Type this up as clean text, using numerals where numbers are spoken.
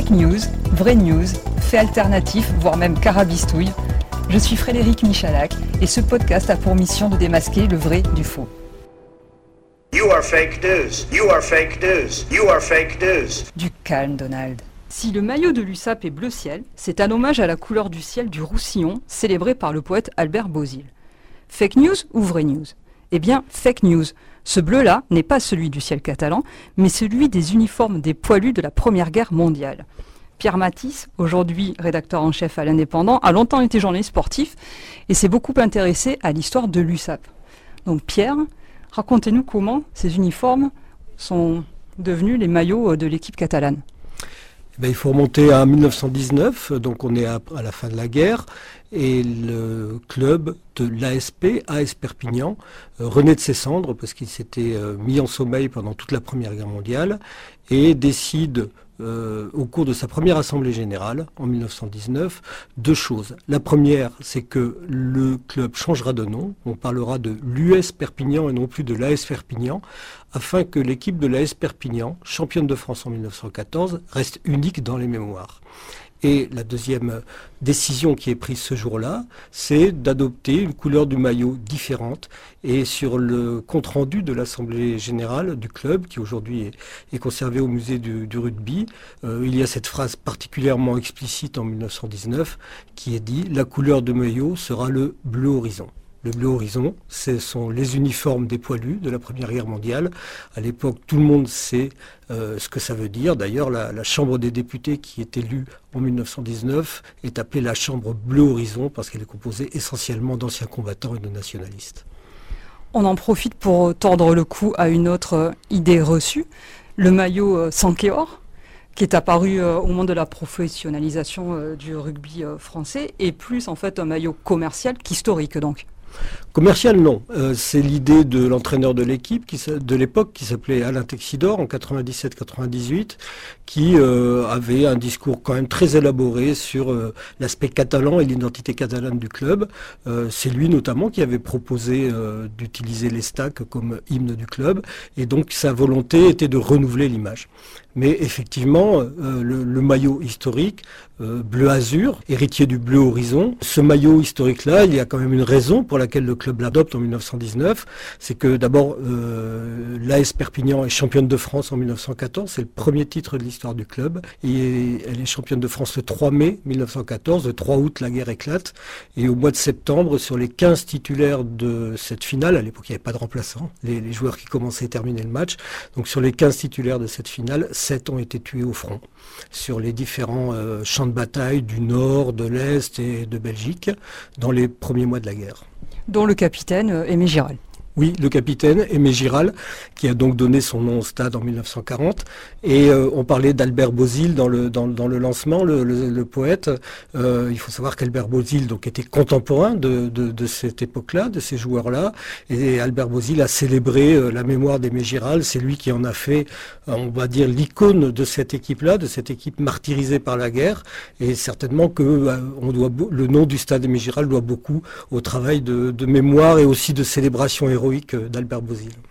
Fake news, vraie news, faits alternatifs, voire même carabistouille. Je suis Frédéric Michalak et ce podcast a pour mission de démasquer le vrai du faux. You are fake news. You are fake news. You are fake news. Du calme, Donald. Si le maillot de l'USAP est bleu ciel, c'est un hommage à la couleur du ciel du Roussillon, célébré par le poète Albert Bozil. Fake news ou vraie news ? Eh bien, fake news. Ce bleu-là n'est pas celui du ciel catalan, mais celui des uniformes des poilus de la Première Guerre mondiale. Pierre Matisse, aujourd'hui rédacteur en chef à l'Indépendant, a longtemps été journaliste sportif et s'est beaucoup intéressé à l'histoire de l'USAP. Donc Pierre, racontez-nous comment ces uniformes sont devenus les maillots de l'équipe catalane. Il faut remonter à 1919, donc on est à la fin de la guerre, et le club de l'ASP, AS Perpignan, renaît de ses cendres parce qu'il s'était mis en sommeil pendant toute la Première Guerre mondiale et décide au cours de sa première assemblée générale en 1919 deux choses. La première, c'est que le club changera de nom, on parlera de l'US Perpignan et non plus de l'AS Perpignan, afin que l'équipe de l'AS Perpignan, championne de France en 1914, reste unique dans les mémoires. Et la deuxième décision qui est prise ce jour-là, c'est d'adopter une couleur du maillot différente. Et sur le compte-rendu de l'Assemblée générale du club, qui aujourd'hui est conservé au musée du rugby, il y a cette phrase particulièrement explicite en 1919 qui est dit « La couleur de maillot sera le bleu horizon ». Le bleu horizon, ce sont les uniformes des poilus de la Première Guerre mondiale. À l'époque, tout le monde sait ce que ça veut dire. D'ailleurs, la Chambre des députés qui est élue en 1919 est appelée la Chambre bleu horizon parce qu'elle est composée essentiellement d'anciens combattants et de nationalistes. On en profite pour tordre le cou à une autre idée reçue, le maillot Sankeor, qui est apparu au moment de la professionnalisation du rugby français, et plus en fait un maillot commercial qu'historique donc. Commercial, non. C'est l'idée de l'entraîneur de l'équipe de l'époque qui s'appelait Alain Texidor en 97-98 qui avait un discours quand même très élaboré sur l'aspect catalan et l'identité catalane du club. C'est lui notamment qui avait proposé d'utiliser l'Estac comme hymne du club et donc sa volonté était de renouveler l'image. Mais effectivement, le maillot historique, bleu-azur, héritier du bleu horizon, ce maillot historique-là, il y a quand même une raison pour laquelle le club l'adopte en 1919. C'est que d'abord, l'AS Perpignan est championne de France en 1914, c'est le premier titre de l'histoire du club. Et elle est championne de France le 3 mai 1914, le 3 août la guerre éclate. Et au mois de septembre, sur les 15 titulaires de cette finale, à l'époque il n'y avait pas de remplaçants, les joueurs qui commençaient et terminaient le match, donc sur les 15 titulaires de cette finale, 7 ont été tués au front, sur les différents champs de bataille du Nord, de l'Est et de Belgique, dans les premiers mois de la guerre. Dont le capitaine Aimé Giral. Oui, le capitaine Aimé Giral, qui a donc donné son nom au stade en 1940. Et on parlait d'Albert Bozil dans le lancement, le poète. Il faut savoir qu'Albert Bozil donc, était contemporain de cette époque-là, de ces joueurs-là. Et Albert Bozil a célébré la mémoire d'Aimé Giral. C'est lui qui en a fait, on va dire, l'icône de cette équipe-là, de cette équipe martyrisée par la guerre. Et certainement que le nom du stade Aimé Giral doit beaucoup au travail de mémoire et aussi de célébration héroïque d'Albert Bozil.